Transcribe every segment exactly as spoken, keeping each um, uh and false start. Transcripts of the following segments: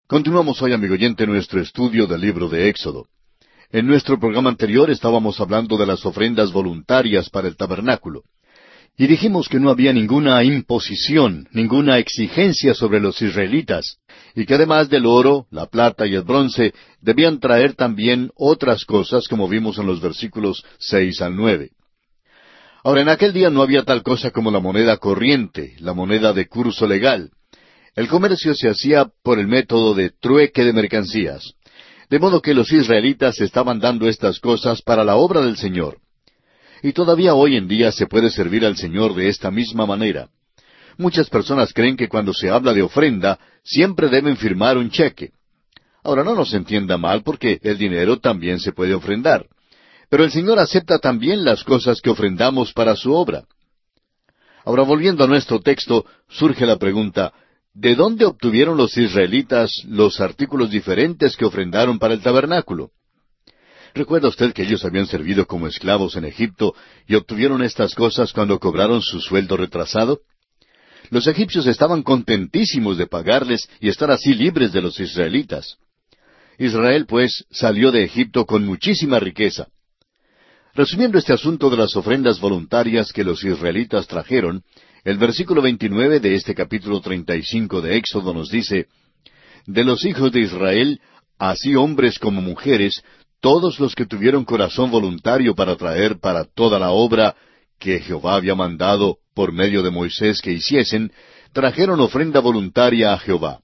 Continuamos hoy, amigo oyente, nuestro estudio del libro de Éxodo. En nuestro programa anterior estábamos hablando de las ofrendas voluntarias para el tabernáculo. Y dijimos que no había ninguna imposición, ninguna exigencia sobre los israelitas, y que además del oro, la plata y el bronce, debían traer también otras cosas, como vimos en los versículos seis al nueve. Ahora, en aquel día no había tal cosa como la moneda corriente, la moneda de curso legal. El comercio se hacía por el método de trueque de mercancías. De modo que los israelitas estaban dando estas cosas para la obra del Señor. Y todavía hoy en día se puede servir al Señor de esta misma manera. Muchas personas creen que cuando se habla de ofrenda, siempre deben firmar un cheque. Ahora, no nos entienda mal, porque el dinero también se puede ofrendar. Pero el Señor acepta también las cosas que ofrendamos para su obra. Ahora, volviendo a nuestro texto, surge la pregunta, ¿de dónde obtuvieron los israelitas los artículos diferentes que ofrendaron para el tabernáculo? ¿Recuerda usted que ellos habían servido como esclavos en Egipto y obtuvieron estas cosas cuando cobraron su sueldo retrasado? Los egipcios estaban contentísimos de pagarles y estar así libres de los israelitas. Israel, pues, salió de Egipto con muchísima riqueza. Resumiendo este asunto de las ofrendas voluntarias que los israelitas trajeron, el versículo veintinueve de este capítulo treinta y cinco de Éxodo nos dice, «De los hijos de Israel, así hombres como mujeres, todos los que tuvieron corazón voluntario para traer para toda la obra que Jehová había mandado por medio de Moisés que hiciesen, trajeron ofrenda voluntaria a Jehová».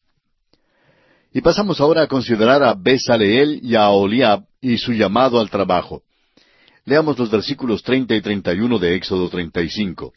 Y pasamos ahora a considerar a Bezaleel y a Aholiab y su llamado al trabajo. Leamos los versículos treinta y treinta y uno de Éxodo treinta y cinco.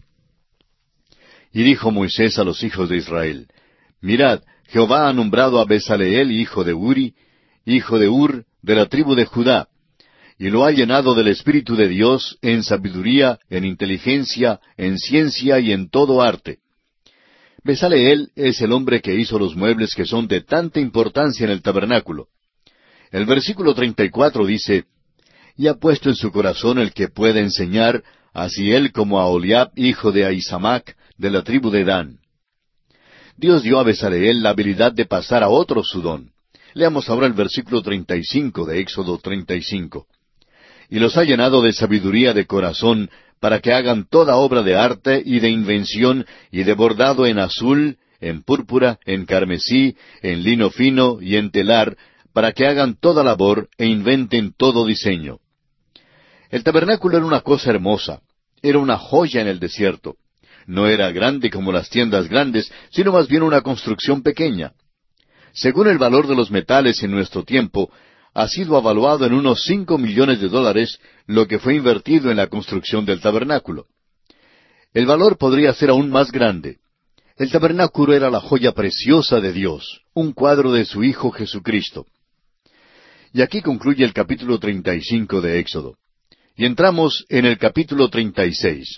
Y dijo Moisés a los hijos de Israel, «Mirad, Jehová ha nombrado a Bezaleel, hijo de Uri, hijo de Ur, de la tribu de Judá, y lo ha llenado del Espíritu de Dios en sabiduría, en inteligencia, en ciencia y en todo arte». Bezaleel es el hombre que hizo los muebles que son de tanta importancia en el tabernáculo. El versículo treinta y cuatro dice, «Y ha puesto en su corazón el que puede enseñar, así él como a Aholiab, hijo de Ahisamac, de la tribu de Dan». Dios dio a Bezaleel la habilidad de pasar a otros su don. Leamos ahora el versículo treinta y cinco de Éxodo treinta y cinco. «Y los ha llenado de sabiduría de corazón, para que hagan toda obra de arte y de invención, y de bordado en azul, en púrpura, en carmesí, en lino fino y en telar, para que hagan toda labor e inventen todo diseño». El tabernáculo era una cosa hermosa, era una joya en el desierto. No era grande como las tiendas grandes, sino más bien una construcción pequeña. Según el valor de los metales en nuestro tiempo, ha sido avaluado en unos cinco millones de dólares lo que fue invertido en la construcción del tabernáculo. El valor podría ser aún más grande. El tabernáculo era la joya preciosa de Dios, un cuadro de su Hijo Jesucristo. Y aquí concluye el capítulo treinta y cinco de Éxodo. Y entramos en el capítulo treinta y seis.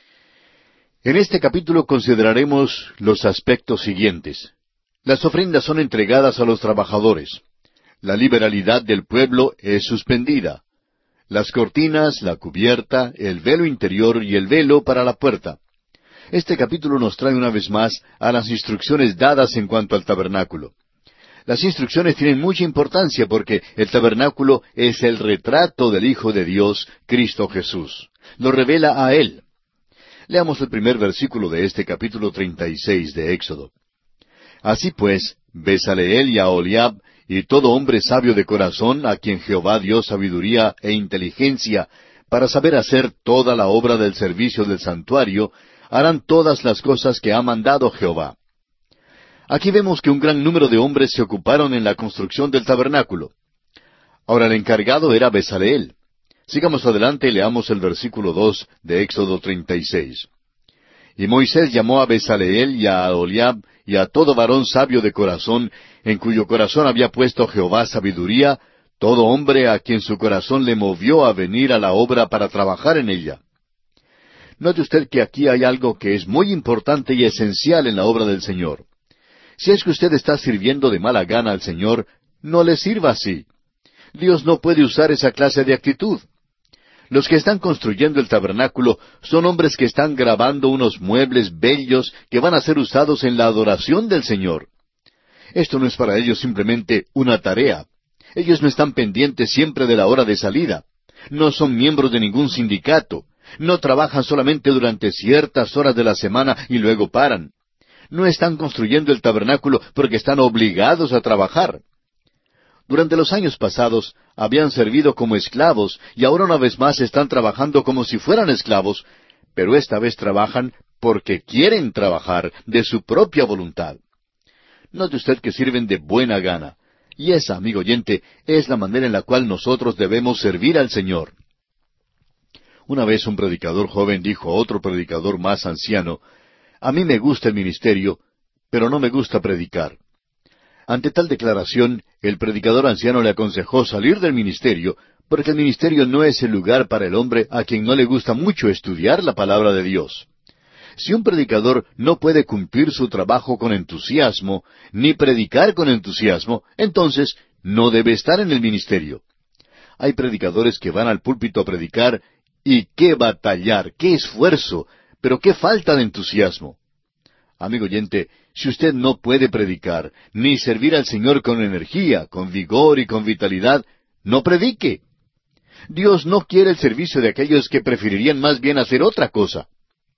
En este capítulo consideraremos los aspectos siguientes. Las ofrendas son entregadas a los trabajadores. La liberalidad del pueblo es suspendida. Las cortinas, la cubierta, el velo interior y el velo para la puerta. Este capítulo nos trae una vez más a las instrucciones dadas en cuanto al tabernáculo. Las instrucciones tienen mucha importancia porque el tabernáculo es el retrato del Hijo de Dios, Cristo Jesús. Lo revela a Él. Leamos el primer versículo de este capítulo treinta y seis de Éxodo. «Así pues, Bezaleel y Aholiab, y todo hombre sabio de corazón, a quien Jehová dio sabiduría e inteligencia, para saber hacer toda la obra del servicio del santuario, harán todas las cosas que ha mandado Jehová». Aquí vemos que un gran número de hombres se ocuparon en la construcción del tabernáculo. Ahora el encargado era Bezaleel. Sigamos adelante y leamos el versículo dos de Éxodo treinta y seis. «Y Moisés llamó a Bezaleel y a Aholiab y a todo varón sabio de corazón, en cuyo corazón había puesto Jehová sabiduría, todo hombre a quien su corazón le movió a venir a la obra para trabajar en ella». Note usted que aquí hay algo que es muy importante y esencial en la obra del Señor. Si es que usted está sirviendo de mala gana al Señor, no le sirva así. Dios no puede usar esa clase de actitud. Los que están construyendo el tabernáculo son hombres que están grabando unos muebles bellos que van a ser usados en la adoración del Señor. Esto no es para ellos simplemente una tarea. Ellos no están pendientes siempre de la hora de salida. No son miembros de ningún sindicato. No trabajan solamente durante ciertas horas de la semana y luego paran. No están construyendo el tabernáculo porque están obligados a trabajar. Durante los años pasados habían servido como esclavos y ahora una vez más están trabajando como si fueran esclavos, pero esta vez trabajan porque quieren trabajar de su propia voluntad. Note usted que sirven de buena gana. Y esa, amigo oyente, es la manera en la cual nosotros debemos servir al Señor. Una vez un predicador joven dijo a otro predicador más anciano, «A mí me gusta el ministerio, pero no me gusta predicar». Ante tal declaración, el predicador anciano le aconsejó salir del ministerio, porque el ministerio no es el lugar para el hombre a quien no le gusta mucho estudiar la palabra de Dios. Si un predicador no puede cumplir su trabajo con entusiasmo, ni predicar con entusiasmo, entonces no debe estar en el ministerio. Hay predicadores que van al púlpito a predicar, y qué batallar, qué esfuerzo, pero qué falta de entusiasmo. Amigo oyente, si usted no puede predicar, ni servir al Señor con energía, con vigor y con vitalidad, no predique. Dios no quiere el servicio de aquellos que preferirían más bien hacer otra cosa.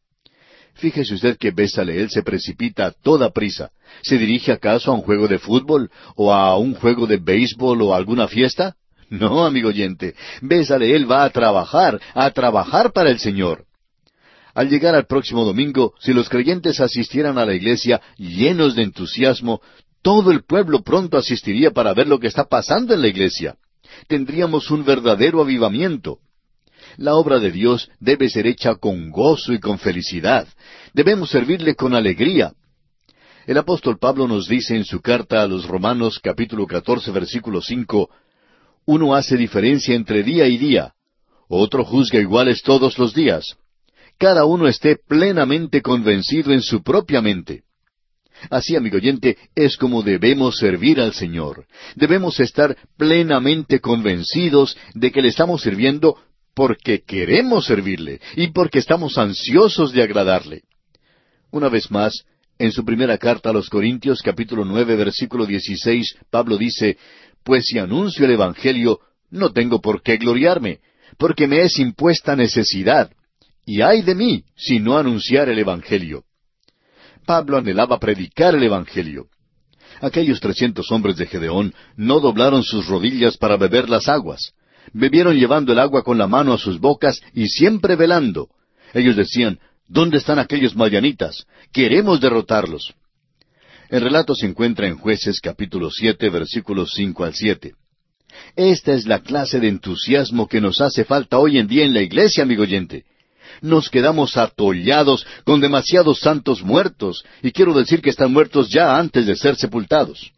Fíjese usted que Bezaleel se precipita a toda prisa. ¿Se dirige acaso a un juego de fútbol, o a un juego de béisbol, o a alguna fiesta? No, amigo oyente, Bezaleel va a trabajar, a trabajar para el Señor. Al llegar al próximo domingo, si los creyentes asistieran a la iglesia llenos de entusiasmo, todo el pueblo pronto asistiría para ver lo que está pasando en la iglesia. Tendríamos un verdadero avivamiento. La obra de Dios debe ser hecha con gozo y con felicidad. Debemos servirle con alegría. El apóstol Pablo nos dice en su carta a los Romanos capítulo catorce versículo cinco, «Uno hace diferencia entre día y día, otro juzga iguales todos los días. Cada uno esté plenamente convencido en su propia mente». Así, amigo oyente, es como debemos servir al Señor. Debemos estar plenamente convencidos de que le estamos sirviendo porque queremos servirle y porque estamos ansiosos de agradarle. Una vez más, en su primera carta a los Corintios, capítulo nueve, versículo dieciséis, Pablo dice, «Pues si anuncio el Evangelio, no tengo por qué gloriarme, porque me es impuesta necesidad, y ay de mí si no anunciar el Evangelio». Pablo anhelaba predicar el Evangelio. Aquellos trescientos hombres de Gedeón no doblaron sus rodillas para beber las aguas. Bebieron llevando el agua con la mano a sus bocas y siempre velando. Ellos decían, ¿dónde están aquellos madianitas? Queremos derrotarlos. El relato se encuentra en Jueces capítulo siete, versículos cinco al siete. Esta es la clase de entusiasmo que nos hace falta hoy en día en la iglesia, amigo oyente. Nos quedamos atollados con demasiados santos muertos, y quiero decir que están muertos ya antes de ser sepultados.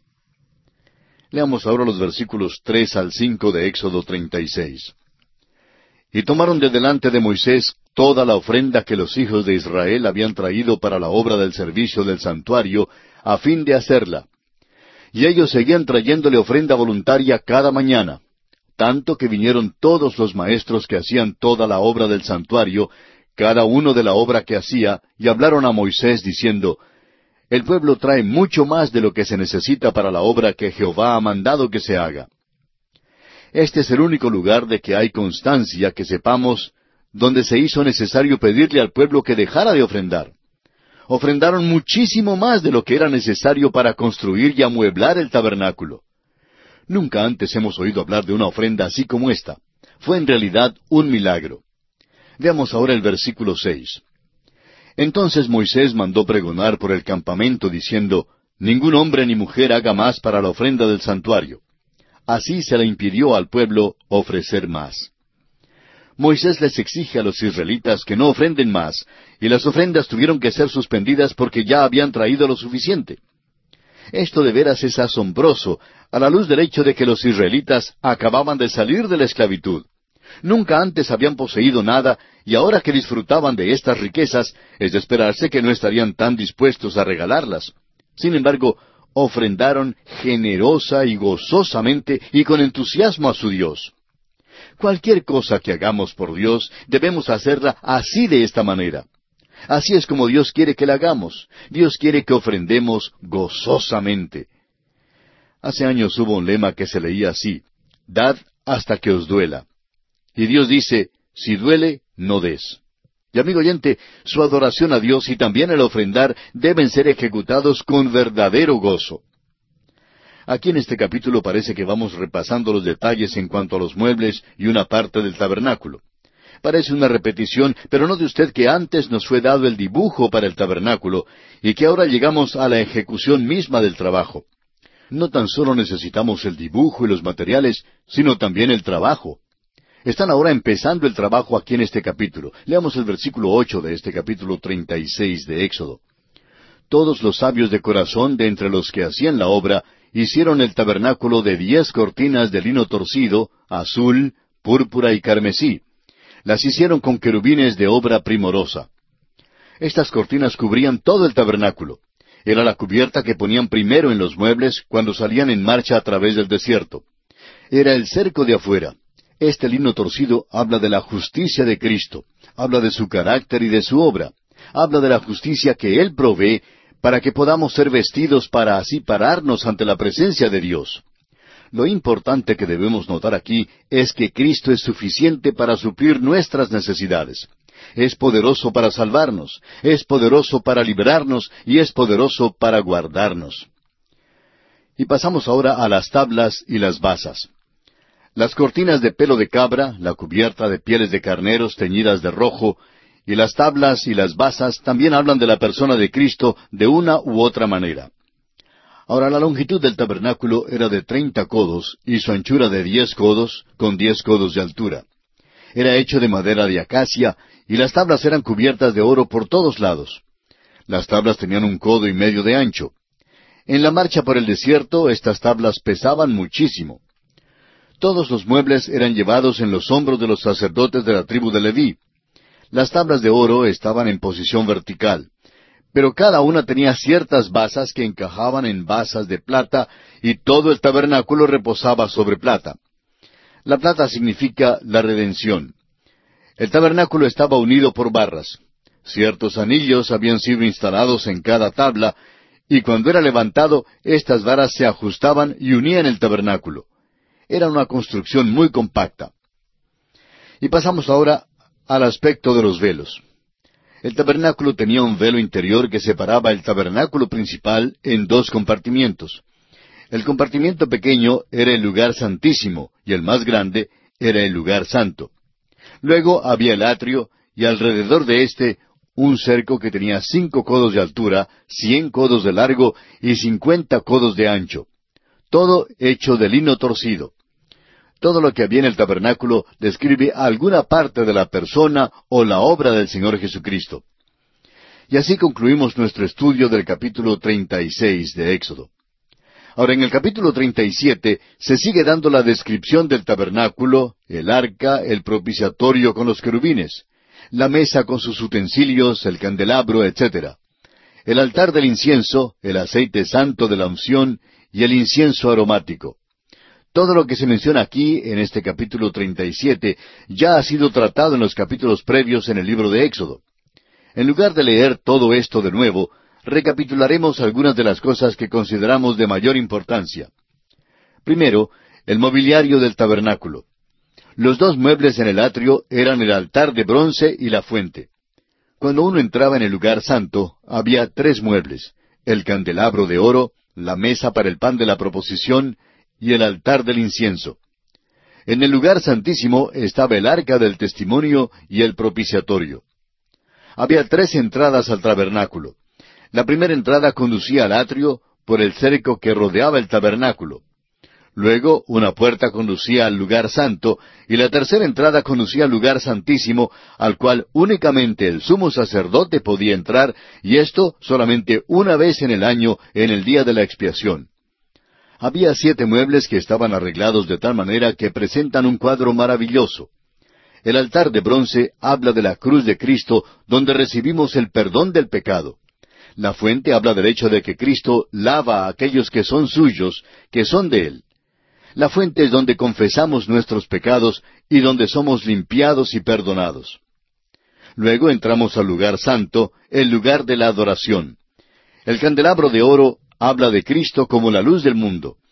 Leamos ahora los versículos tres al cinco de Éxodo treinta y seis. «Y tomaron de delante de Moisés toda la ofrenda que los hijos de Israel habían traído para la obra del servicio del santuario, a fin de hacerla. Y ellos seguían trayéndole ofrenda voluntaria cada mañana, tanto que vinieron todos los maestros que hacían toda la obra del santuario, cada uno de la obra que hacía, y hablaron a Moisés diciendo, El pueblo trae mucho más de lo que se necesita para la obra que Jehová ha mandado que se haga. Este es el único lugar de que hay constancia que sepamos donde se hizo necesario pedirle al pueblo que dejara de ofrendar. Ofrendaron muchísimo más de lo que era necesario para construir y amueblar el tabernáculo. Nunca antes hemos oído hablar de una ofrenda así como esta. Fue en realidad un milagro. Veamos ahora el versículo seis. Entonces Moisés mandó pregonar por el campamento diciendo, Ningún hombre ni mujer haga más para la ofrenda del santuario. Así se le impidió al pueblo ofrecer más. Moisés les exige a los israelitas que no ofrenden más, y las ofrendas tuvieron que ser suspendidas porque ya habían traído lo suficiente. Esto de veras es asombroso, a la luz del hecho de que los israelitas acababan de salir de la esclavitud. Nunca antes habían poseído nada, y ahora que disfrutaban de estas riquezas, es de esperarse que no estarían tan dispuestos a regalarlas. Sin embargo, ofrendaron generosa y gozosamente y con entusiasmo a su Dios. Cualquier cosa que hagamos por Dios, debemos hacerla así de esta manera. Así es como Dios quiere que la hagamos. Dios quiere que ofrendemos gozosamente. Hace años hubo un lema que se leía así: dad hasta que os duela. Y Dios dice: si duele, no des. Y amigo oyente, su adoración a Dios y también el ofrendar deben ser ejecutados con verdadero gozo. Aquí en este capítulo parece que vamos repasando los detalles en cuanto a los muebles y una parte del tabernáculo. Parece una repetición, pero note usted que antes nos fue dado el dibujo para el tabernáculo y que ahora llegamos a la ejecución misma del trabajo. No tan solo necesitamos el dibujo y los materiales, sino también el trabajo. Están ahora empezando el trabajo aquí en este capítulo. Leamos el versículo ocho de este capítulo treinta y seis de Éxodo. Todos los sabios de corazón de entre los que hacían la obra hicieron el tabernáculo de diez cortinas de lino torcido, azul, púrpura y carmesí. Las hicieron con querubines de obra primorosa. Estas cortinas cubrían todo el tabernáculo. Era la cubierta que ponían primero en los muebles cuando salían en marcha a través del desierto. Era el cerco de afuera. Este lino torcido habla de la justicia de Cristo, habla de su carácter y de su obra, habla de la justicia que Él provee para que podamos ser vestidos para así pararnos ante la presencia de Dios. Lo importante que debemos notar aquí es que Cristo es suficiente para suplir nuestras necesidades. Es poderoso para salvarnos, es poderoso para librarnos y es poderoso para guardarnos. Y pasamos ahora a las tablas y las basas. Las cortinas de pelo de cabra, la cubierta de pieles de carneros teñidas de rojo, y las tablas y las basas también hablan de la persona de Cristo de una u otra manera. Ahora, la longitud del tabernáculo era de treinta codos, y su anchura de diez codos, con diez codos de altura. Era hecho de madera de acacia, y las tablas eran cubiertas de oro por todos lados. Las tablas tenían un codo y medio de ancho. En la marcha por el desierto, estas tablas pesaban muchísimo. Todos los muebles eran llevados en los hombros de los sacerdotes de la tribu de Leví. Las tablas de oro estaban en posición vertical, pero cada una tenía ciertas basas que encajaban en basas de plata, y todo el tabernáculo reposaba sobre plata. La plata significa la redención. El tabernáculo estaba unido por barras. Ciertos anillos habían sido instalados en cada tabla, y cuando era levantado, estas varas se ajustaban y unían el tabernáculo. Era una construcción muy compacta. Y pasamos ahora al aspecto de los velos. El tabernáculo tenía un velo interior que separaba el tabernáculo principal en dos compartimientos. El compartimiento pequeño era el lugar santísimo, y el más grande era el lugar santo. Luego había el atrio, y alrededor de éste un cerco que tenía cinco codos de altura, cien codos de largo y cincuenta codos de ancho. Todo hecho de lino torcido. Todo lo que había en el tabernáculo describe alguna parte de la persona o la obra del Señor Jesucristo. Y así concluimos nuestro estudio del capítulo treinta y seis de Éxodo. Ahora, en el capítulo treinta y siete se sigue dando la descripción del tabernáculo, el arca, el propiciatorio con los querubines, la mesa con sus utensilios, el candelabro, etcétera, el altar del incienso, el aceite santo de la unción y el incienso aromático. Todo lo que se menciona aquí, en este capítulo treinta y siete, ya ha sido tratado en los capítulos previos en el libro de Éxodo. En lugar de leer todo esto de nuevo, recapitularemos algunas de las cosas que consideramos de mayor importancia. Primero, el mobiliario del tabernáculo. Los dos muebles en el atrio eran el altar de bronce y la fuente. Cuando uno entraba en el lugar santo, había tres muebles: el candelabro de oro, la mesa para el pan de la proposición, y el altar del incienso. En el lugar santísimo estaba el arca del testimonio y el propiciatorio. Había tres entradas al tabernáculo. La primera entrada conducía al atrio por el cerco que rodeaba el tabernáculo. Luego una puerta conducía al lugar santo, y la tercera entrada conducía al lugar santísimo, al cual únicamente el sumo sacerdote podía entrar, y esto solamente una vez en el año, en el día de la expiación. Había siete muebles que estaban arreglados de tal manera que presentan un cuadro maravilloso. El altar de bronce habla de la cruz de Cristo, donde recibimos el perdón del pecado. La fuente habla del hecho de que Cristo lava a aquellos que son suyos, que son de Él. La fuente es donde confesamos nuestros pecados y donde somos limpiados y perdonados. Luego entramos al lugar santo, el lugar de la adoración. El candelabro de oro habla de Cristo como la luz del mundo.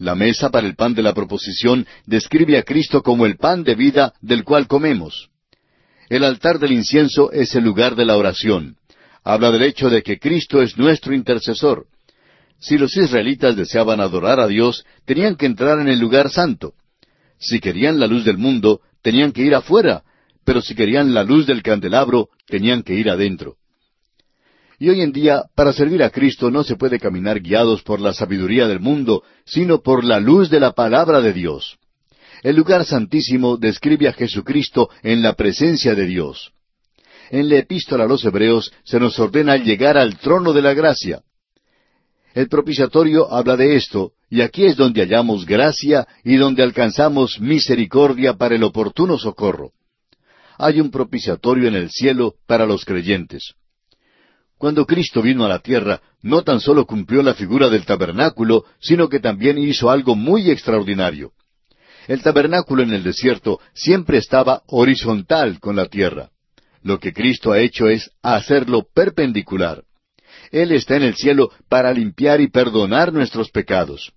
La mesa para el pan de la proposición describe a Cristo como el pan de vida del cual comemos. El altar del incienso es el lugar de la oración. Habla del hecho de que Cristo es nuestro intercesor. Si los israelitas deseaban adorar a Dios, tenían que entrar en el lugar santo. Si querían la luz del mundo, tenían que ir afuera, pero si querían la luz del candelabro, tenían que ir adentro. Y hoy en día, para servir a Cristo no se puede caminar guiados por la sabiduría del mundo, sino por la luz de la palabra de Dios. El lugar santísimo describe a Jesucristo en la presencia de Dios. En la epístola a los Hebreos se nos ordena llegar al trono de la gracia. El propiciatorio habla de esto, y aquí es donde hallamos gracia y donde alcanzamos misericordia para el oportuno socorro. Hay un propiciatorio en el cielo para los creyentes. Cuando Cristo vino a la tierra, no tan solo cumplió la figura del tabernáculo, sino que también hizo algo muy extraordinario. El tabernáculo en el desierto siempre estaba horizontal con la tierra. Lo que Cristo ha hecho es hacerlo perpendicular. Él está en el cielo para limpiar y perdonar nuestros pecados.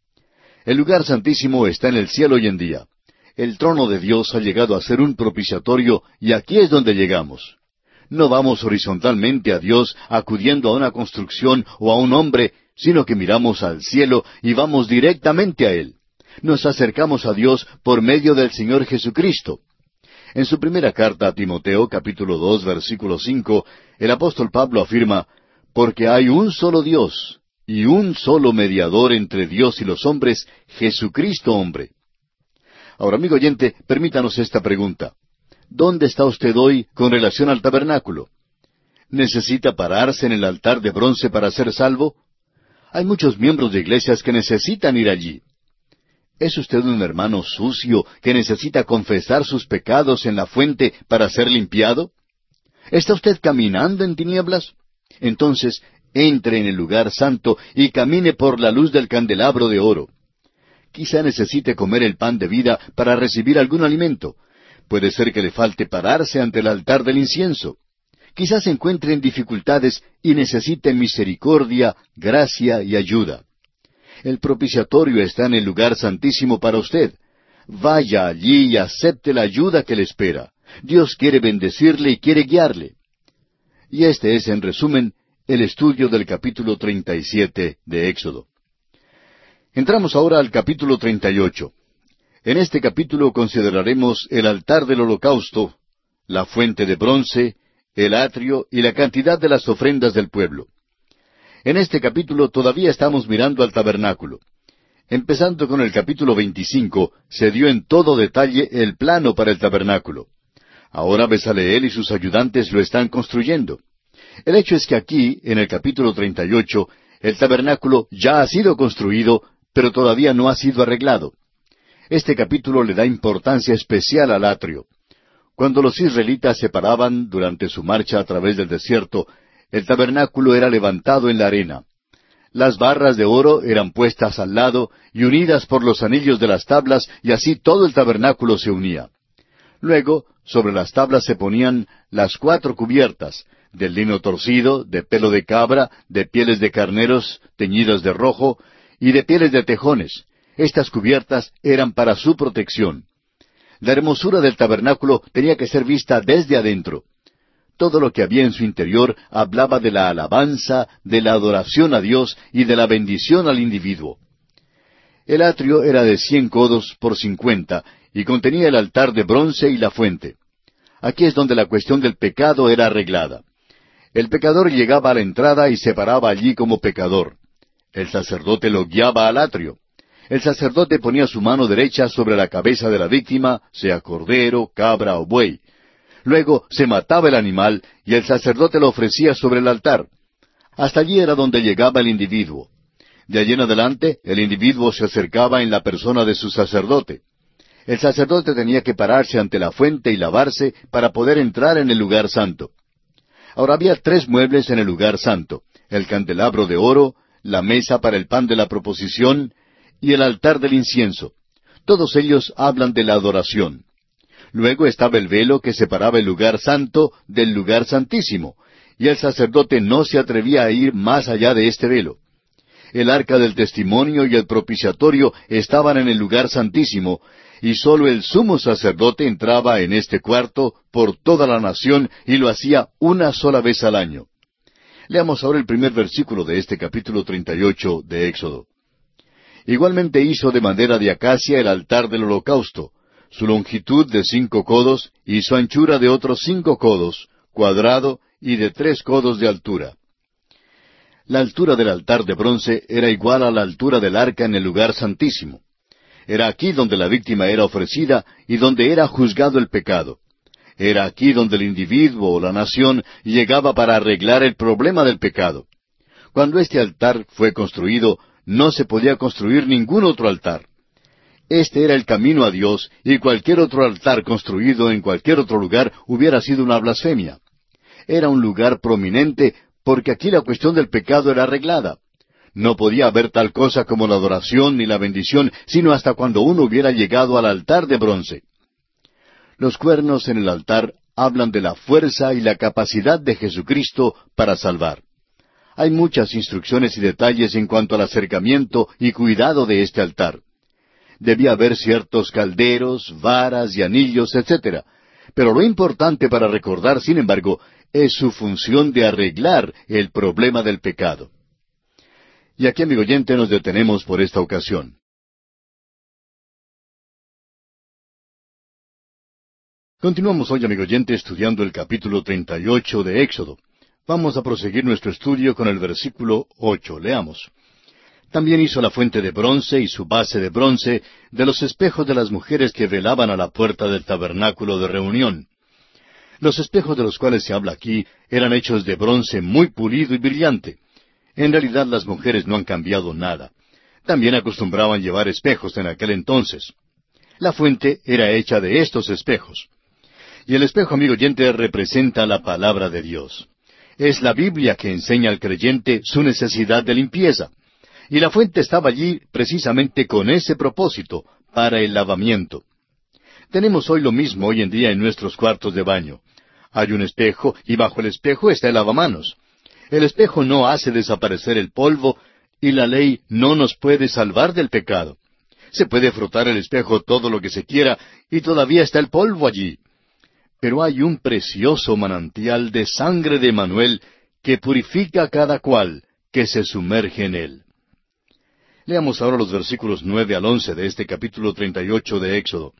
El lugar santísimo está en el cielo hoy en día. El trono de Dios ha llegado a ser un propiciatorio y aquí es donde llegamos. No vamos horizontalmente a Dios acudiendo a una construcción o a un hombre, sino que miramos al cielo y vamos directamente a Él. Nos acercamos a Dios por medio del Señor Jesucristo. En su primera carta a Timoteo, capítulo dos, versículo cinco, el apóstol Pablo afirma, «Porque hay un solo Dios y un solo mediador entre Dios y los hombres, Jesucristo hombre». Ahora, amigo oyente, permítanos esta pregunta. ¿Dónde está usted hoy con relación al tabernáculo? ¿Necesita pararse en el altar de bronce para ser salvo? Hay muchos miembros de iglesias que necesitan ir allí. ¿Es usted un hermano sucio que necesita confesar sus pecados en la fuente para ser limpiado? ¿Está usted caminando en tinieblas? Entonces, entre en el lugar santo y camine por la luz del candelabro de oro. Quizá necesite comer el pan de vida para recibir algún alimento. Puede ser que le falte pararse ante el altar del incienso. Quizás se encuentre en dificultades y necesite misericordia, gracia y ayuda. El propiciatorio está en el lugar santísimo para usted. Vaya allí y acepte la ayuda que le espera. Dios quiere bendecirle y quiere guiarle. Y este es, en resumen, el estudio del capítulo treinta y siete de Éxodo. Entramos ahora al capítulo treinta y ocho. En este capítulo consideraremos el altar del holocausto, la fuente de bronce, el atrio y la cantidad de las ofrendas del pueblo. En este capítulo todavía estamos mirando al tabernáculo. Empezando con el capítulo veinticinco, se dio en todo detalle el plano para el tabernáculo. Ahora Bezaleel y sus ayudantes lo están construyendo. El hecho es que aquí, en el capítulo treinta y ocho, el tabernáculo ya ha sido construido, pero todavía no ha sido arreglado. Este capítulo le da importancia especial al atrio. Cuando los israelitas se paraban durante su marcha a través del desierto, el tabernáculo era levantado en la arena. Las barras de oro eran puestas al lado y unidas por los anillos de las tablas, y así todo el tabernáculo se unía. Luego, sobre las tablas se ponían las cuatro cubiertas, del lino torcido, de pelo de cabra, de pieles de carneros teñidas de rojo, y de pieles de tejones. Estas cubiertas eran para su protección. La hermosura del tabernáculo tenía que ser vista desde adentro. Todo lo que había en su interior hablaba de la alabanza, de la adoración a Dios y de la bendición al individuo. El atrio era de cien codos por cincuenta y contenía el altar de bronce y la fuente. Aquí es donde la cuestión del pecado era arreglada. El pecador llegaba a la entrada y se paraba allí como pecador. El sacerdote lo guiaba al atrio. El sacerdote ponía su mano derecha sobre la cabeza de la víctima, sea cordero, cabra o buey. Luego se mataba el animal y el sacerdote lo ofrecía sobre el altar. Hasta allí era donde llegaba el individuo. De allí en adelante, el individuo se acercaba en la persona de su sacerdote. El sacerdote tenía que pararse ante la fuente y lavarse para poder entrar en el lugar santo. Ahora había tres muebles en el lugar santo: el candelabro de oro, la mesa para el pan de la proposición y el altar del incienso. Todos ellos hablan de la adoración. Luego estaba el velo que separaba el lugar santo del lugar santísimo, y el sacerdote no se atrevía a ir más allá de este velo. el arca del testimonio y el propiciatorio estaban en el lugar santísimo, y sólo el sumo sacerdote entraba en este cuarto por toda la nación y lo hacía una sola vez al año. Leamos ahora el primer versículo de este capítulo treinta y ocho de Éxodo. Igualmente hizo de madera de acacia el altar del holocausto, su longitud de cinco codos y su anchura de otros cinco codos, cuadrado y de tres codos de altura. La altura del altar de bronce era igual a la altura del arca en el lugar santísimo. Era aquí donde la víctima era ofrecida y donde era juzgado el pecado. Era aquí donde el individuo o la nación llegaba para arreglar el problema del pecado. Cuando este altar fue construido, no se podía construir ningún otro altar. Este era el camino a Dios, y cualquier otro altar construido en cualquier otro lugar hubiera sido una blasfemia. Era un lugar prominente porque aquí la cuestión del pecado era arreglada. No podía haber tal cosa como la adoración ni la bendición, sino hasta cuando uno hubiera llegado al altar de bronce. Los cuernos en el altar hablan de la fuerza y la capacidad de Jesucristo para salvar. Hay muchas instrucciones y detalles en cuanto al acercamiento y cuidado de este altar. Debía haber ciertos calderos, varas y anillos, etcétera. Pero lo importante para recordar, sin embargo, es su función de arreglar el problema del pecado. Y aquí, amigo oyente, nos detenemos por esta ocasión. Continuamos hoy, amigo oyente, estudiando el capítulo treinta y ocho de Éxodo. Vamos a proseguir nuestro estudio con el versículo ocho. Leamos. También hizo la fuente de bronce y su base de bronce de los espejos de las mujeres que velaban a la puerta del tabernáculo de reunión. Los espejos de los cuales se habla aquí eran hechos de bronce muy pulido y brillante. En realidad las mujeres no han cambiado nada. También acostumbraban llevar espejos en aquel entonces. La fuente era hecha de estos espejos. Y el espejo, amigo oyente, representa la palabra de Dios. Es la Biblia que enseña al creyente su necesidad de limpieza. Y la fuente estaba allí precisamente con ese propósito, para el lavamiento. Tenemos hoy lo mismo hoy en día en nuestros cuartos de baño. Hay un espejo y bajo el espejo está el lavamanos. El espejo no hace desaparecer el polvo y la ley no nos puede salvar del pecado. Se puede frotar el espejo todo lo que se quiera y todavía está el polvo allí. Pero hay un precioso manantial de sangre de Emanuel que purifica a cada cual que se sumerge en él. Leamos ahora los versículos nueve al once de este capítulo treinta y ocho de Éxodo.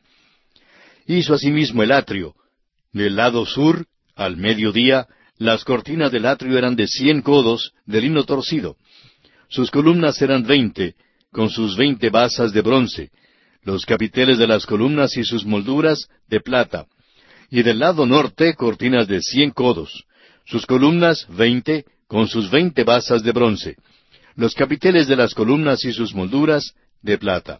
Hizo asimismo el atrio. Del lado sur, al mediodía, las cortinas del atrio eran de cien codos, de lino torcido. Sus columnas eran veinte, con sus veinte basas de bronce. Los capiteles de las columnas y sus molduras de plata. Y del lado norte, cortinas de cien codos. Sus columnas, veinte, con sus veinte basas de bronce. Los capiteles de las columnas y sus molduras, de plata.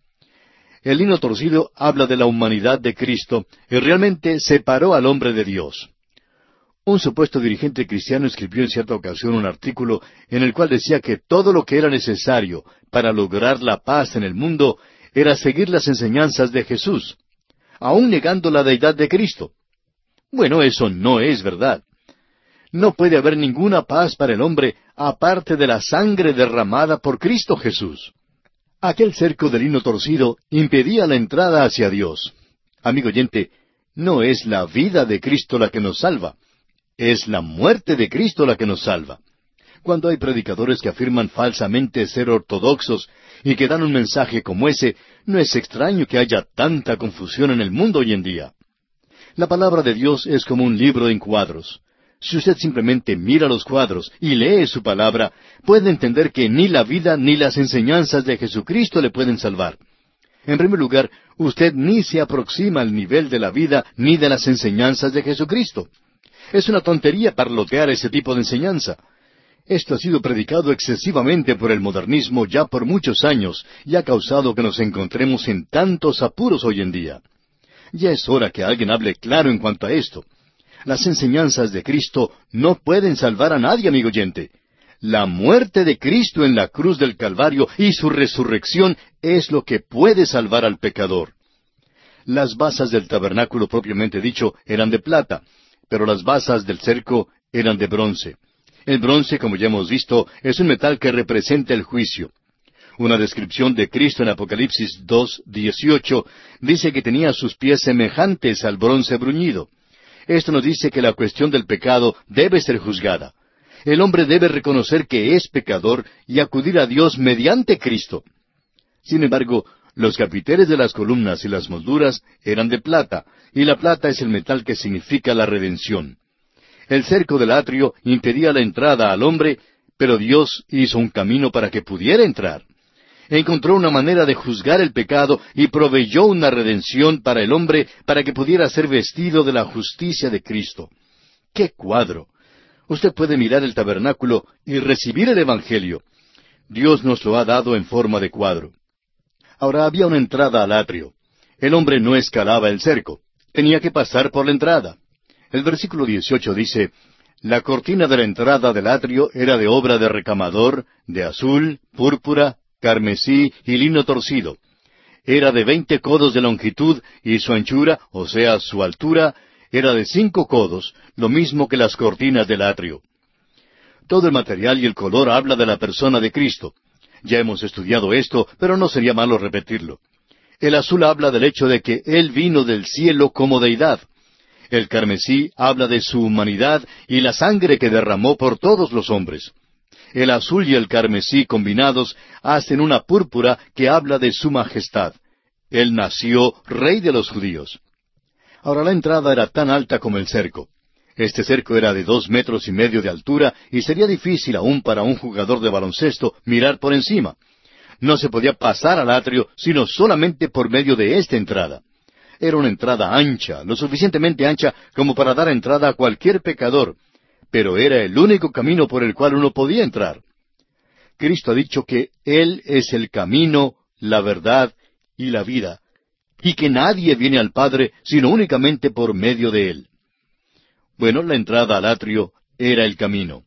El lino torcido habla de la humanidad de Cristo y realmente separó al hombre de Dios. Un supuesto dirigente cristiano escribió en cierta ocasión un artículo en el cual decía que todo lo que era necesario para lograr la paz en el mundo era seguir las enseñanzas de Jesús, aun negando la deidad de Cristo. Bueno, eso no es verdad. No puede haber ninguna paz para el hombre aparte de la sangre derramada por Cristo Jesús. Aquel cerco de lino torcido impedía la entrada hacia Dios. Amigo oyente, no es la vida de Cristo la que nos salva, es la muerte de Cristo la que nos salva. Cuando hay predicadores que afirman falsamente ser ortodoxos y que dan un mensaje como ese, no es extraño que haya tanta confusión en el mundo hoy en día. La palabra de Dios es como un libro en cuadros. Si usted simplemente mira los cuadros y lee su palabra, puede entender que ni la vida ni las enseñanzas de Jesucristo le pueden salvar. En primer lugar, usted ni se aproxima al nivel de la vida ni de las enseñanzas de Jesucristo. Es una tontería parlotear ese tipo de enseñanza. Esto ha sido predicado excesivamente por el modernismo ya por muchos años y ha causado que nos encontremos en tantos apuros hoy en día. Ya es hora que alguien hable claro en cuanto a esto. Las enseñanzas de Cristo no pueden salvar a nadie, amigo oyente. La muerte de Cristo en la cruz del Calvario y su resurrección es lo que puede salvar al pecador. Las basas del tabernáculo propiamente dicho eran de plata, pero las basas del cerco eran de bronce. El bronce, como ya hemos visto, es un metal que representa el juicio. Una descripción de Cristo en Apocalipsis dos dieciocho dice que tenía sus pies semejantes al bronce bruñido. Esto nos dice que la cuestión del pecado debe ser juzgada. El hombre debe reconocer que es pecador y acudir a Dios mediante Cristo. Sin embargo, los capiteles de las columnas y las molduras eran de plata, y la plata es el metal que significa la redención. El cerco del atrio impedía la entrada al hombre, pero Dios hizo un camino para que pudiera entrar. Encontró una manera de juzgar el pecado y proveyó una redención para el hombre para que pudiera ser vestido de la justicia de Cristo. ¡Qué cuadro! Usted puede mirar el tabernáculo y recibir el Evangelio. Dios nos lo ha dado en forma de cuadro. Ahora había una entrada al atrio. El hombre no escalaba el cerco. Tenía que pasar por la entrada. El versículo dieciocho dice, la cortina de la entrada del atrio era de obra de recamador, de azul, púrpura, carmesí y lino torcido. Era de veinte codos de longitud y su anchura, o sea, su altura, era de cinco codos, lo mismo que las cortinas del atrio. Todo el material y el color habla de la persona de Cristo. Ya hemos estudiado esto, pero no sería malo repetirlo. El azul habla del hecho de que Él vino del cielo como deidad. El carmesí habla de su humanidad y la sangre que derramó por todos los hombres. El azul y el carmesí combinados hacen una púrpura que habla de su majestad. Él nació rey de los judíos. Ahora la entrada era tan alta como el cerco. Este cerco era de dos metros y medio de altura y sería difícil aún para un jugador de baloncesto mirar por encima. No se podía pasar al atrio sino solamente por medio de esta entrada. Era una entrada ancha, lo suficientemente ancha como para dar entrada a cualquier pecador, pero era el único camino por el cual uno podía entrar. Cristo ha dicho que Él es el camino, la verdad y la vida, y que nadie viene al Padre sino únicamente por medio de Él. Bueno, la entrada al atrio era el camino.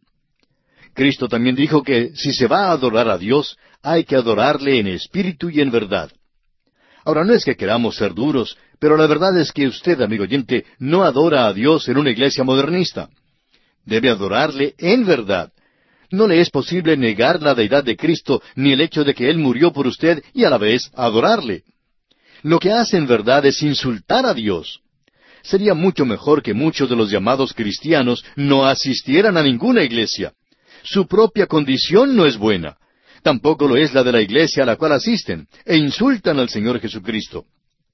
Cristo también dijo que si se va a adorar a Dios, hay que adorarle en espíritu y en verdad. Ahora, no es que queramos ser duros, pero la verdad es que usted, amigo oyente, no adora a Dios en una iglesia modernista. Debe adorarle en verdad. No le es posible negar la deidad de Cristo, ni el hecho de que Él murió por usted y a la vez adorarle. Lo que hace en verdad es insultar a Dios. Sería mucho mejor que muchos de los llamados cristianos no asistieran a ninguna iglesia. Su propia condición no es buena. Tampoco lo es la de la iglesia a la cual asisten, e insultan al Señor Jesucristo.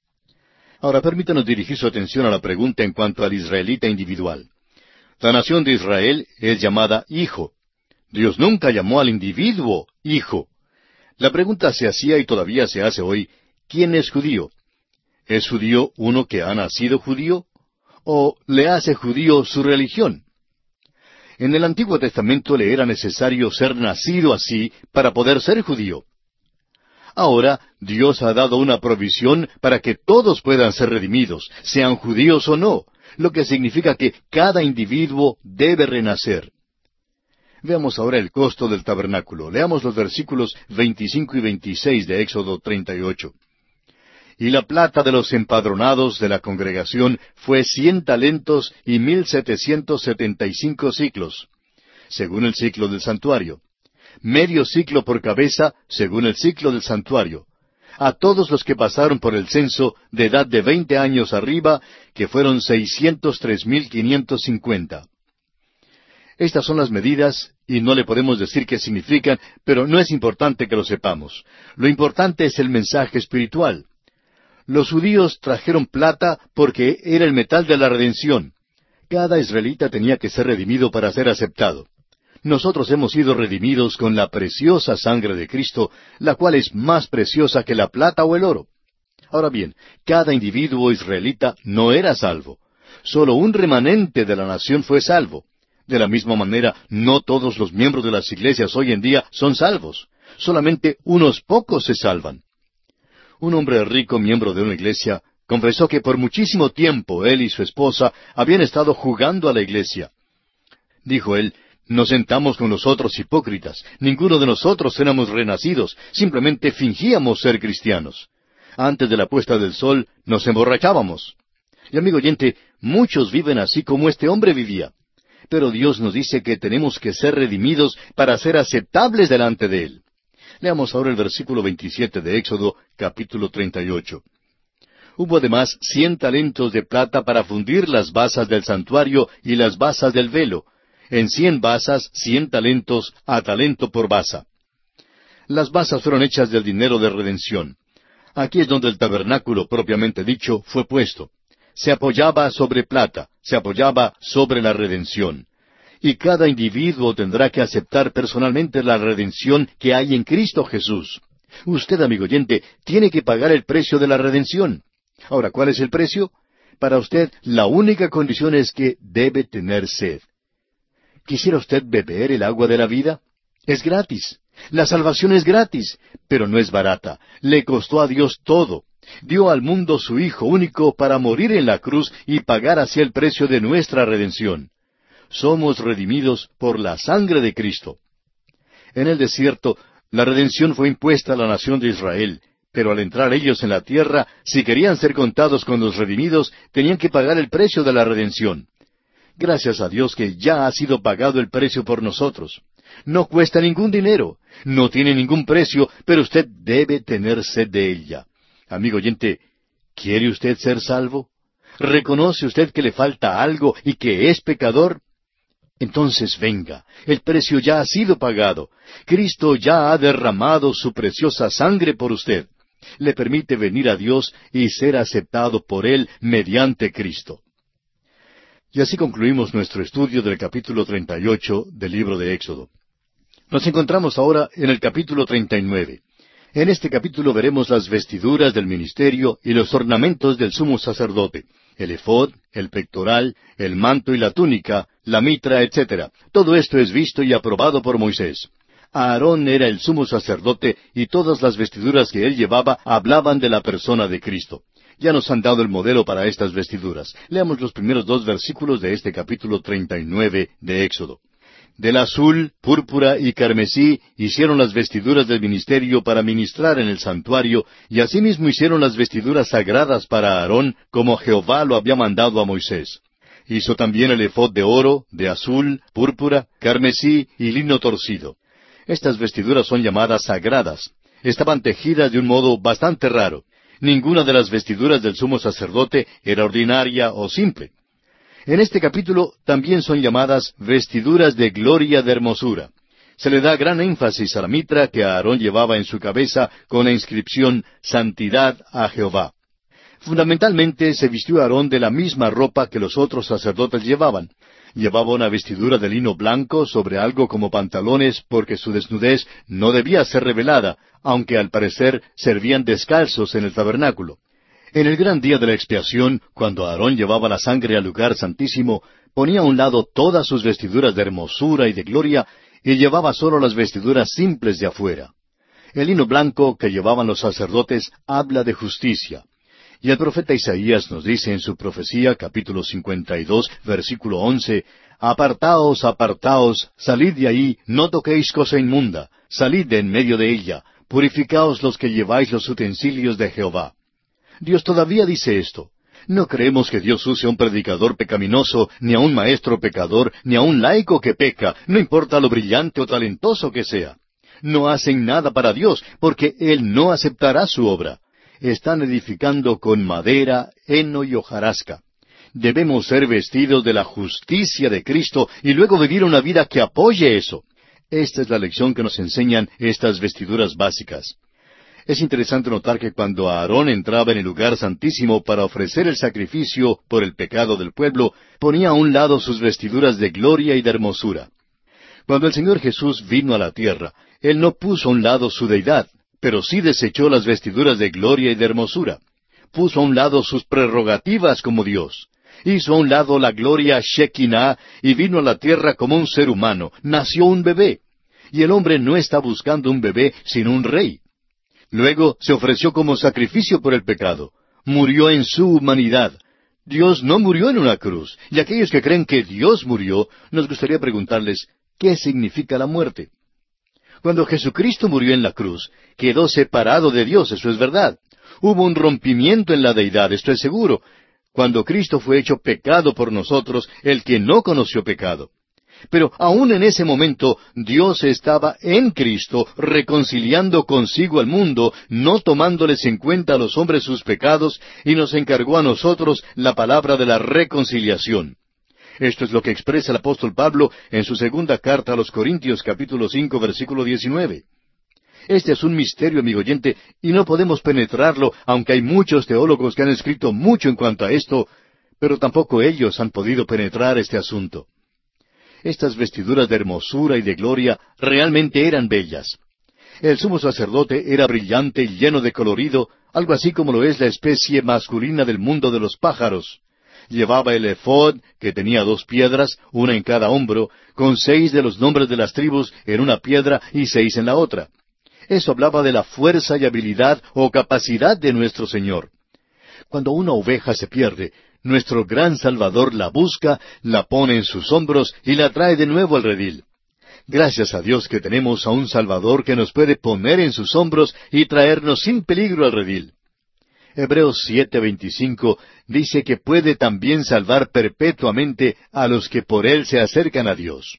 Ahora permítanos dirigir su atención a la pregunta en cuanto al israelita individual. La nación de Israel es llamada hijo. Dios nunca llamó al individuo hijo. La pregunta se hacía y todavía se hace hoy, ¿quién es judío? ¿Es judío uno que ha nacido judío? ¿O le hace judío su religión? En el Antiguo Testamento le era necesario ser nacido así para poder ser judío. Ahora Dios ha dado una provisión para que todos puedan ser redimidos, sean judíos o no, lo que significa que cada individuo debe renacer. Veamos ahora el costo del tabernáculo. Leamos los versículos veinticinco y veintiséis de Éxodo treinta y ocho. Y la plata de los empadronados de la congregación fue cien talentos y mil setecientos setenta y cinco siclos, según el ciclo del santuario. Medio ciclo por cabeza, según el ciclo del santuario. A todos los que pasaron por el censo de edad de veinte años arriba, que fueron seiscientos tres mil quinientos cincuenta. Estas son las medidas, y no le podemos decir qué significan, pero no es importante que lo sepamos. Lo importante es el mensaje espiritual. Los judíos trajeron plata porque era el metal de la redención. Cada israelita tenía que ser redimido para ser aceptado. Nosotros hemos sido redimidos con la preciosa sangre de Cristo, la cual es más preciosa que la plata o el oro. Ahora bien, cada individuo israelita no era salvo. Solo un remanente de la nación fue salvo. De la misma manera, no todos los miembros de las iglesias hoy en día son salvos. Solamente unos pocos se salvan. Un hombre rico, miembro de una iglesia, confesó que por muchísimo tiempo él y su esposa habían estado jugando a la iglesia. Dijo él, nos sentamos con los otros hipócritas. Ninguno de nosotros éramos renacidos, simplemente fingíamos ser cristianos. Antes de la puesta del sol nos emborrachábamos. Y amigo oyente, muchos viven así como este hombre vivía. pero Dios nos dice que tenemos que ser redimidos para ser aceptables delante de Él. Leamos ahora el versículo veintisiete de Éxodo, capítulo treinta y ocho. Hubo además cien talentos de plata para fundir las basas del santuario y las basas del velo. En cien basas, cien talentos, a talento por basa. Las basas fueron hechas del dinero de redención. Aquí es donde el tabernáculo propiamente dicho fue puesto. Se apoyaba sobre plata, se apoyaba sobre la redención. Y cada individuo tendrá que aceptar personalmente la redención que hay en Cristo Jesús. Usted, amigo oyente, tiene que pagar el precio de la redención. Ahora, ¿cuál es el precio? Para usted, la única condición es que debe tener sed. ¿Quisiera usted beber el agua de la vida? Es gratis. La salvación es gratis, pero no es barata. Le costó a Dios todo. Dio al mundo su Hijo único para morir en la cruz y pagar así el precio de nuestra redención. Somos redimidos por la sangre de Cristo. En el desierto, la redención fue impuesta a la nación de Israel, pero al entrar ellos en la tierra, si querían ser contados con los redimidos, tenían que pagar el precio de la redención. Gracias a Dios que ya ha sido pagado el precio por nosotros. No cuesta ningún dinero, no tiene ningún precio, pero usted debe tener sed de ella. Amigo oyente, ¿quiere usted ser salvo? ¿Reconoce usted que le falta algo y que es pecador? Entonces venga, el precio ya ha sido pagado. Cristo ya ha derramado su preciosa sangre por usted. Le permite venir a Dios y ser aceptado por Él mediante Cristo. Y así concluimos nuestro estudio del capítulo treinta y ocho del libro de Éxodo. Nos encontramos ahora en el capítulo treinta y nueve. En este capítulo veremos las vestiduras del ministerio y los ornamentos del sumo sacerdote, el efod, el pectoral, el manto y la túnica, la mitra, etcétera. Todo esto es visto y aprobado por Moisés. Aarón era el sumo sacerdote y todas las vestiduras que él llevaba hablaban de la persona de Cristo. Ya nos han dado el modelo para estas vestiduras. Leamos los primeros dos versículos de este capítulo treinta y nueve de Éxodo. Del azul, púrpura y carmesí hicieron las vestiduras del ministerio para ministrar en el santuario, y asimismo hicieron las vestiduras sagradas para Aarón, como Jehová lo había mandado a Moisés. Hizo también el efod de oro, de azul, púrpura, carmesí y lino torcido. Estas vestiduras son llamadas sagradas. Estaban tejidas de un modo bastante raro. Ninguna de las vestiduras del sumo sacerdote era ordinaria o simple. En este capítulo también son llamadas vestiduras de gloria de hermosura. Se le da gran énfasis a la mitra que Aarón llevaba en su cabeza con la inscripción Santidad a Jehová. Fundamentalmente se vistió Aarón de la misma ropa que los otros sacerdotes llevaban. Llevaba una vestidura de lino blanco sobre algo como pantalones porque su desnudez no debía ser revelada, aunque al parecer servían descalzos en el tabernáculo. En el gran día de la expiación, cuando Aarón llevaba la sangre al lugar santísimo, ponía a un lado todas sus vestiduras de hermosura y de gloria, y llevaba solo las vestiduras simples de afuera. El lino blanco que llevaban los sacerdotes habla de justicia. Y el profeta Isaías nos dice en su profecía, capítulo cincuenta y dos, versículo once, «Apartaos, apartaos, salid de ahí, no toquéis cosa inmunda, salid de en medio de ella, purificaos los que lleváis los utensilios de Jehová». Dios todavía dice esto. No creemos que Dios use a un predicador pecaminoso, ni a un maestro pecador, ni a un laico que peca, no importa lo brillante o talentoso que sea. No hacen nada para Dios, porque Él no aceptará su obra. Están edificando con madera, heno y hojarasca. Debemos ser vestidos de la justicia de Cristo y luego vivir una vida que apoye eso. Esta es la lección que nos enseñan estas vestiduras básicas. Es interesante notar que cuando Aarón entraba en el lugar santísimo para ofrecer el sacrificio por el pecado del pueblo, ponía a un lado sus vestiduras de gloria y de hermosura. Cuando el Señor Jesús vino a la tierra, Él no puso a un lado su deidad, pero sí desechó las vestiduras de gloria y de hermosura. Puso a un lado sus prerrogativas como Dios. Hizo a un lado la gloria Shekinah y vino a la tierra como un ser humano. Nació un bebé. Y el hombre no está buscando un bebé, sino un rey. Luego se ofreció como sacrificio por el pecado. Murió en su humanidad. Dios no murió en una cruz. Y aquellos que creen que Dios murió, nos gustaría preguntarles, ¿qué significa la muerte? Cuando Jesucristo murió en la cruz, quedó separado de Dios, eso es verdad. Hubo un rompimiento en la deidad, esto es seguro. Cuando Cristo fue hecho pecado por nosotros, el que no conoció pecado. Pero aún en ese momento, Dios estaba en Cristo, reconciliando consigo al mundo, no tomándoles en cuenta a los hombres sus pecados, y nos encargó a nosotros la palabra de la reconciliación. Esto es lo que expresa el apóstol Pablo en su segunda carta a los Corintios, capítulo cinco, versículo diecinueve. Este es un misterio, amigo oyente, y no podemos penetrarlo, aunque hay muchos teólogos que han escrito mucho en cuanto a esto, pero tampoco ellos han podido penetrar este asunto. Estas vestiduras de hermosura y de gloria realmente eran bellas. El sumo sacerdote era brillante y lleno de colorido, algo así como lo es la especie masculina del mundo de los pájaros. Llevaba el efod, que tenía dos piedras, una en cada hombro, con seis de los nombres de las tribus en una piedra y seis en la otra. Eso hablaba de la fuerza y habilidad o capacidad de nuestro Señor. Cuando una oveja se pierde, nuestro gran Salvador la busca, la pone en sus hombros y la trae de nuevo al redil. Gracias a Dios que tenemos a un Salvador que nos puede poner en sus hombros y traernos sin peligro al redil. Hebreos siete veinticinco dice que puede también salvar perpetuamente a los que por Él se acercan a Dios.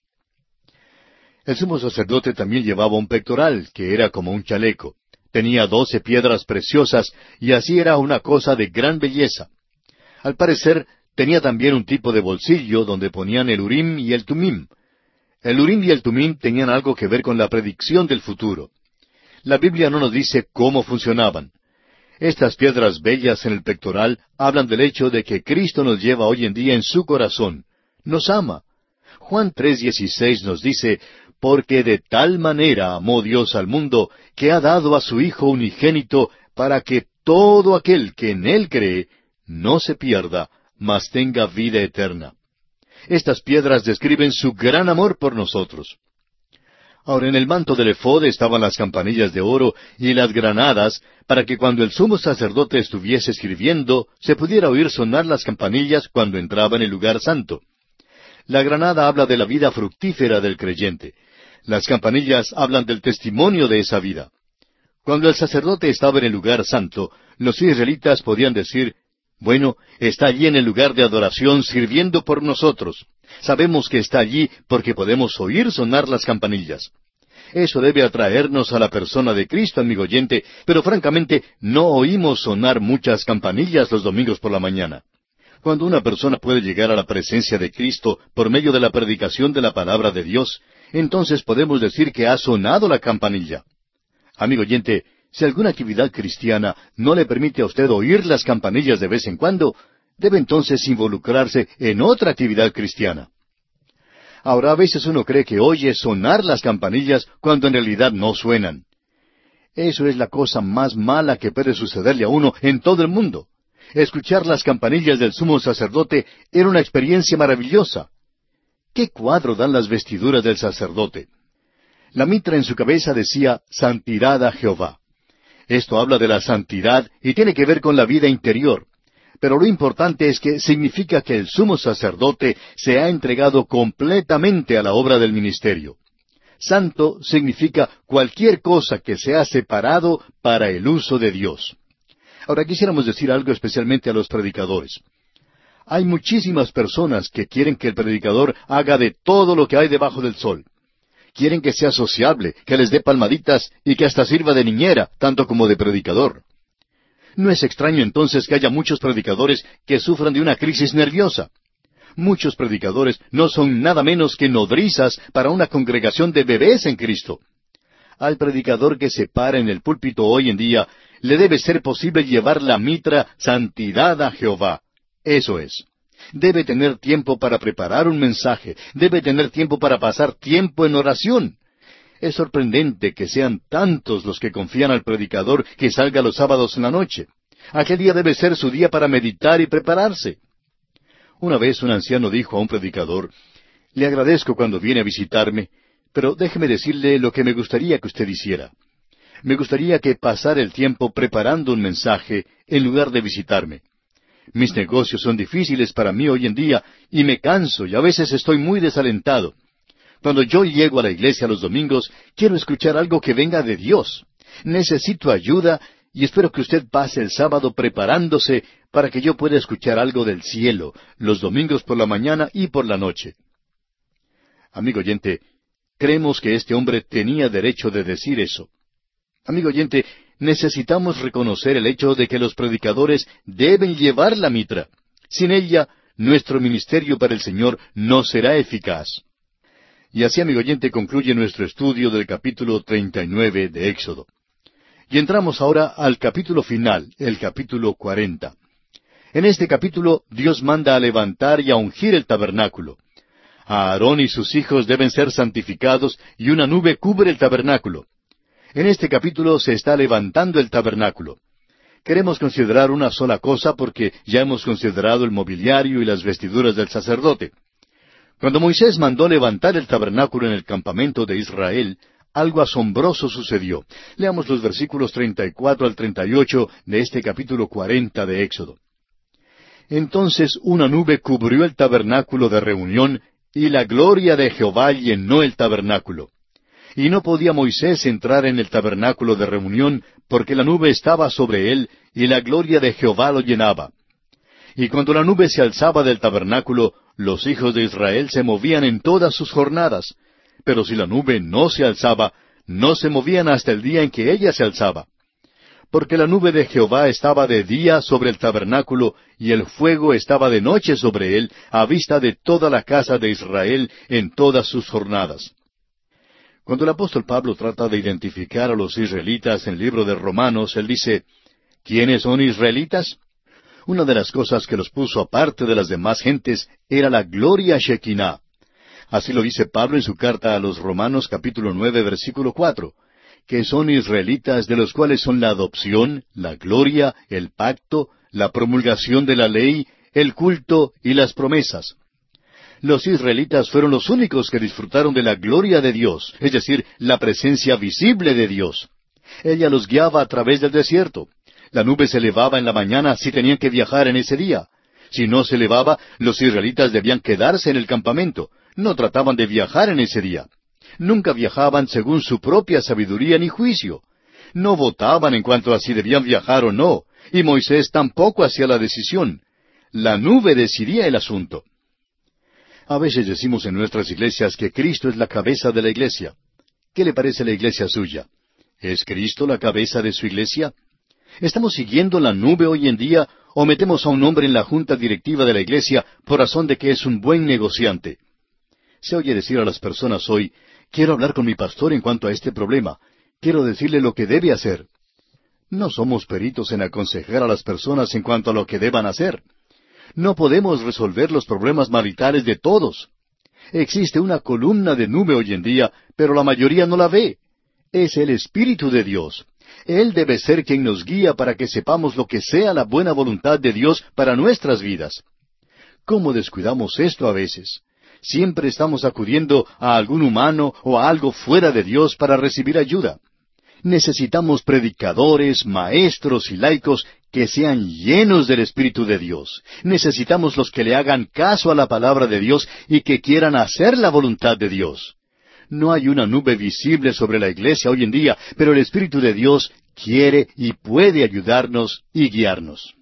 El sumo sacerdote también llevaba un pectoral, que era como un chaleco. Tenía doce piedras preciosas, y así era una cosa de gran belleza. Al parecer, tenía también un tipo de bolsillo donde ponían el Urim y el Tumim. El Urim y el Tumim tenían algo que ver con la predicción del futuro. La Biblia no nos dice cómo funcionaban. Estas piedras bellas en el pectoral hablan del hecho de que Cristo nos lleva hoy en día en su corazón. Nos ama. Juan tres dieciséis nos dice, porque de tal manera amó Dios al mundo, que ha dado a su Hijo unigénito, para que todo aquel que en Él cree, no se pierda, mas tenga vida eterna. Estas piedras describen su gran amor por nosotros. Ahora, en el manto del efod estaban las campanillas de oro y las granadas, para que cuando el sumo sacerdote estuviese escribiendo, se pudiera oír sonar las campanillas cuando entraba en el lugar santo. La granada habla de la vida fructífera del creyente. Las campanillas hablan del testimonio de esa vida. Cuando el sacerdote estaba en el lugar santo, los israelitas podían decir, bueno, está allí en el lugar de adoración sirviendo por nosotros. Sabemos que está allí porque podemos oír sonar las campanillas. Eso debe atraernos a la persona de Cristo, amigo oyente, pero francamente no oímos sonar muchas campanillas los domingos por la mañana. Cuando una persona puede llegar a la presencia de Cristo por medio de la predicación de la palabra de Dios, entonces podemos decir que ha sonado la campanilla. Amigo oyente, si alguna actividad cristiana no le permite a usted oír las campanillas de vez en cuando, debe entonces involucrarse en otra actividad cristiana. Ahora, a veces uno cree que oye sonar las campanillas cuando en realidad no suenan. Eso es la cosa más mala que puede sucederle a uno en todo el mundo. Escuchar las campanillas del sumo sacerdote era una experiencia maravillosa. ¿Qué cuadro dan las vestiduras del sacerdote? La mitra en su cabeza decía, Santidad a Jehová. Esto habla de la santidad y tiene que ver con la vida interior. Pero lo importante es que significa que el sumo sacerdote se ha entregado completamente a la obra del ministerio. Santo significa cualquier cosa que sea separado para el uso de Dios. Ahora quisiéramos decir algo especialmente a los predicadores. Hay muchísimas personas que quieren que el predicador haga de todo lo que hay debajo del sol. Quieren que sea sociable, que les dé palmaditas y que hasta sirva de niñera, tanto como de predicador. No es extraño entonces que haya muchos predicadores que sufran de una crisis nerviosa. Muchos predicadores no son nada menos que nodrizas para una congregación de bebés en Cristo. Al predicador que se para en el púlpito hoy en día, le debe ser posible llevar la mitra Santidad a Jehová. Eso es. Debe tener tiempo para preparar un mensaje, debe tener tiempo para pasar tiempo en oración. Es sorprendente que sean tantos los que confían al predicador que salga los sábados en la noche. Aquel día debe ser su día para meditar y prepararse. Una vez un anciano dijo a un predicador, le agradezco cuando viene a visitarme, pero déjeme decirle lo que me gustaría que usted hiciera. Me gustaría que pasara el tiempo preparando un mensaje en lugar de visitarme. Mis negocios son difíciles para mí hoy en día y me canso y a veces estoy muy desalentado. Cuando yo llego a la iglesia los domingos, quiero escuchar algo que venga de Dios. Necesito ayuda y espero que usted pase el sábado preparándose para que yo pueda escuchar algo del cielo, los domingos por la mañana y por la noche. Amigo oyente, creemos que este hombre tenía derecho de decir eso. Amigo oyente, necesitamos reconocer el hecho de que los predicadores deben llevar la mitra. Sin ella, nuestro ministerio para el Señor no será eficaz. Y así, amigo oyente, concluye nuestro estudio del capítulo treinta y nueve de Éxodo. Y entramos ahora al capítulo final, el capítulo cuarenta. En este capítulo, Dios manda a levantar y a ungir el tabernáculo. Aarón y sus hijos deben ser santificados y una nube cubre el tabernáculo. En este capítulo se está levantando el tabernáculo. Queremos considerar una sola cosa porque ya hemos considerado el mobiliario y las vestiduras del sacerdote. Cuando Moisés mandó levantar el tabernáculo en el campamento de Israel, algo asombroso sucedió. Leamos los versículos treinta y cuatro al treinta y ocho de este capítulo cuarenta de Éxodo. Entonces una nube cubrió el tabernáculo de reunión, y la gloria de Jehová llenó el tabernáculo. Y no podía Moisés entrar en el tabernáculo de reunión, porque la nube estaba sobre él, y la gloria de Jehová lo llenaba. Y cuando la nube se alzaba del tabernáculo, los hijos de Israel se movían en todas sus jornadas. Pero si la nube no se alzaba, no se movían hasta el día en que ella se alzaba. Porque la nube de Jehová estaba de día sobre el tabernáculo, y el fuego estaba de noche sobre él, a vista de toda la casa de Israel en todas sus jornadas. Cuando el apóstol Pablo trata de identificar a los israelitas en el libro de Romanos, él dice, ¿quiénes son israelitas? Una de las cosas que los puso aparte de las demás gentes era la gloria Shekinah. Así lo dice Pablo en su carta a los Romanos capítulo nueve versículo cuatro, que son israelitas de los cuales son la adopción, la gloria, el pacto, la promulgación de la ley, el culto y las promesas. Los israelitas fueron los únicos que disfrutaron de la gloria de Dios, es decir, la presencia visible de Dios. Ella los guiaba a través del desierto. La nube se elevaba en la mañana si tenían que viajar en ese día. Si no se elevaba, los israelitas debían quedarse en el campamento. No trataban de viajar en ese día. Nunca viajaban según su propia sabiduría ni juicio. No votaban en cuanto a si debían viajar o no, y Moisés tampoco hacía la decisión. La nube decidía el asunto. A veces decimos en nuestras iglesias que Cristo es la cabeza de la iglesia. ¿Qué le parece la iglesia suya? ¿Es Cristo la cabeza de su iglesia? ¿Estamos siguiendo la nube hoy en día o metemos a un hombre en la junta directiva de la iglesia por razón de que es un buen negociante? Se oye decir a las personas hoy, quiero hablar con mi pastor en cuanto a este problema. Quiero decirle lo que debe hacer. No somos peritos en aconsejar a las personas en cuanto a lo que deban hacer. No podemos resolver los problemas maritales de todos. Existe una columna de nube hoy en día, pero la mayoría no la ve. Es el Espíritu de Dios. Él debe ser quien nos guía para que sepamos lo que sea la buena voluntad de Dios para nuestras vidas. ¿Cómo descuidamos esto a veces? Siempre estamos acudiendo a algún humano o a algo fuera de Dios para recibir ayuda. Necesitamos predicadores, maestros y laicos que sean llenos del Espíritu de Dios. Necesitamos los que le hagan caso a la palabra de Dios y que quieran hacer la voluntad de Dios. No hay una nube visible sobre la iglesia hoy en día, pero el Espíritu de Dios quiere y puede ayudarnos y guiarnos.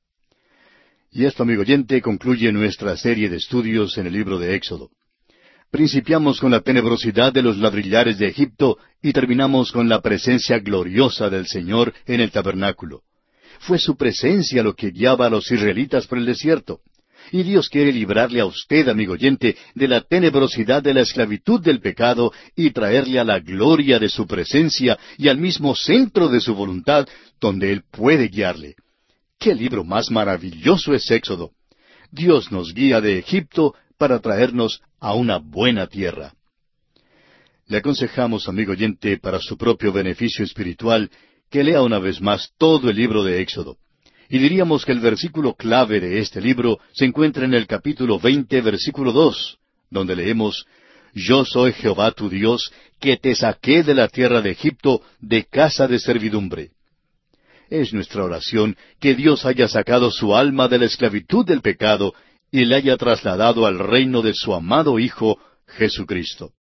Y esto, amigo oyente, concluye nuestra serie de estudios en el libro de Éxodo. Principiamos con la tenebrosidad de los ladrillares de Egipto y terminamos con la presencia gloriosa del Señor en el tabernáculo. Fue su presencia lo que guiaba a los israelitas por el desierto. Y Dios quiere librarle a usted, amigo oyente, de la tenebrosidad de la esclavitud del pecado y traerle a la gloria de su presencia y al mismo centro de su voluntad, donde Él puede guiarle. ¡Qué libro más maravilloso es Éxodo! Dios nos guía de Egipto para traernos a una buena tierra. Le aconsejamos, amigo oyente, para su propio beneficio espiritual, que lea una vez más todo el libro de Éxodo. Y diríamos que el versículo clave de este libro se encuentra en el capítulo veinte, versículo dos, donde leemos, Yo soy Jehová tu Dios, que te saqué de la tierra de Egipto, de casa de servidumbre. Es nuestra oración que Dios haya sacado su alma de la esclavitud del pecado y le haya trasladado al reino de su amado Hijo, Jesucristo.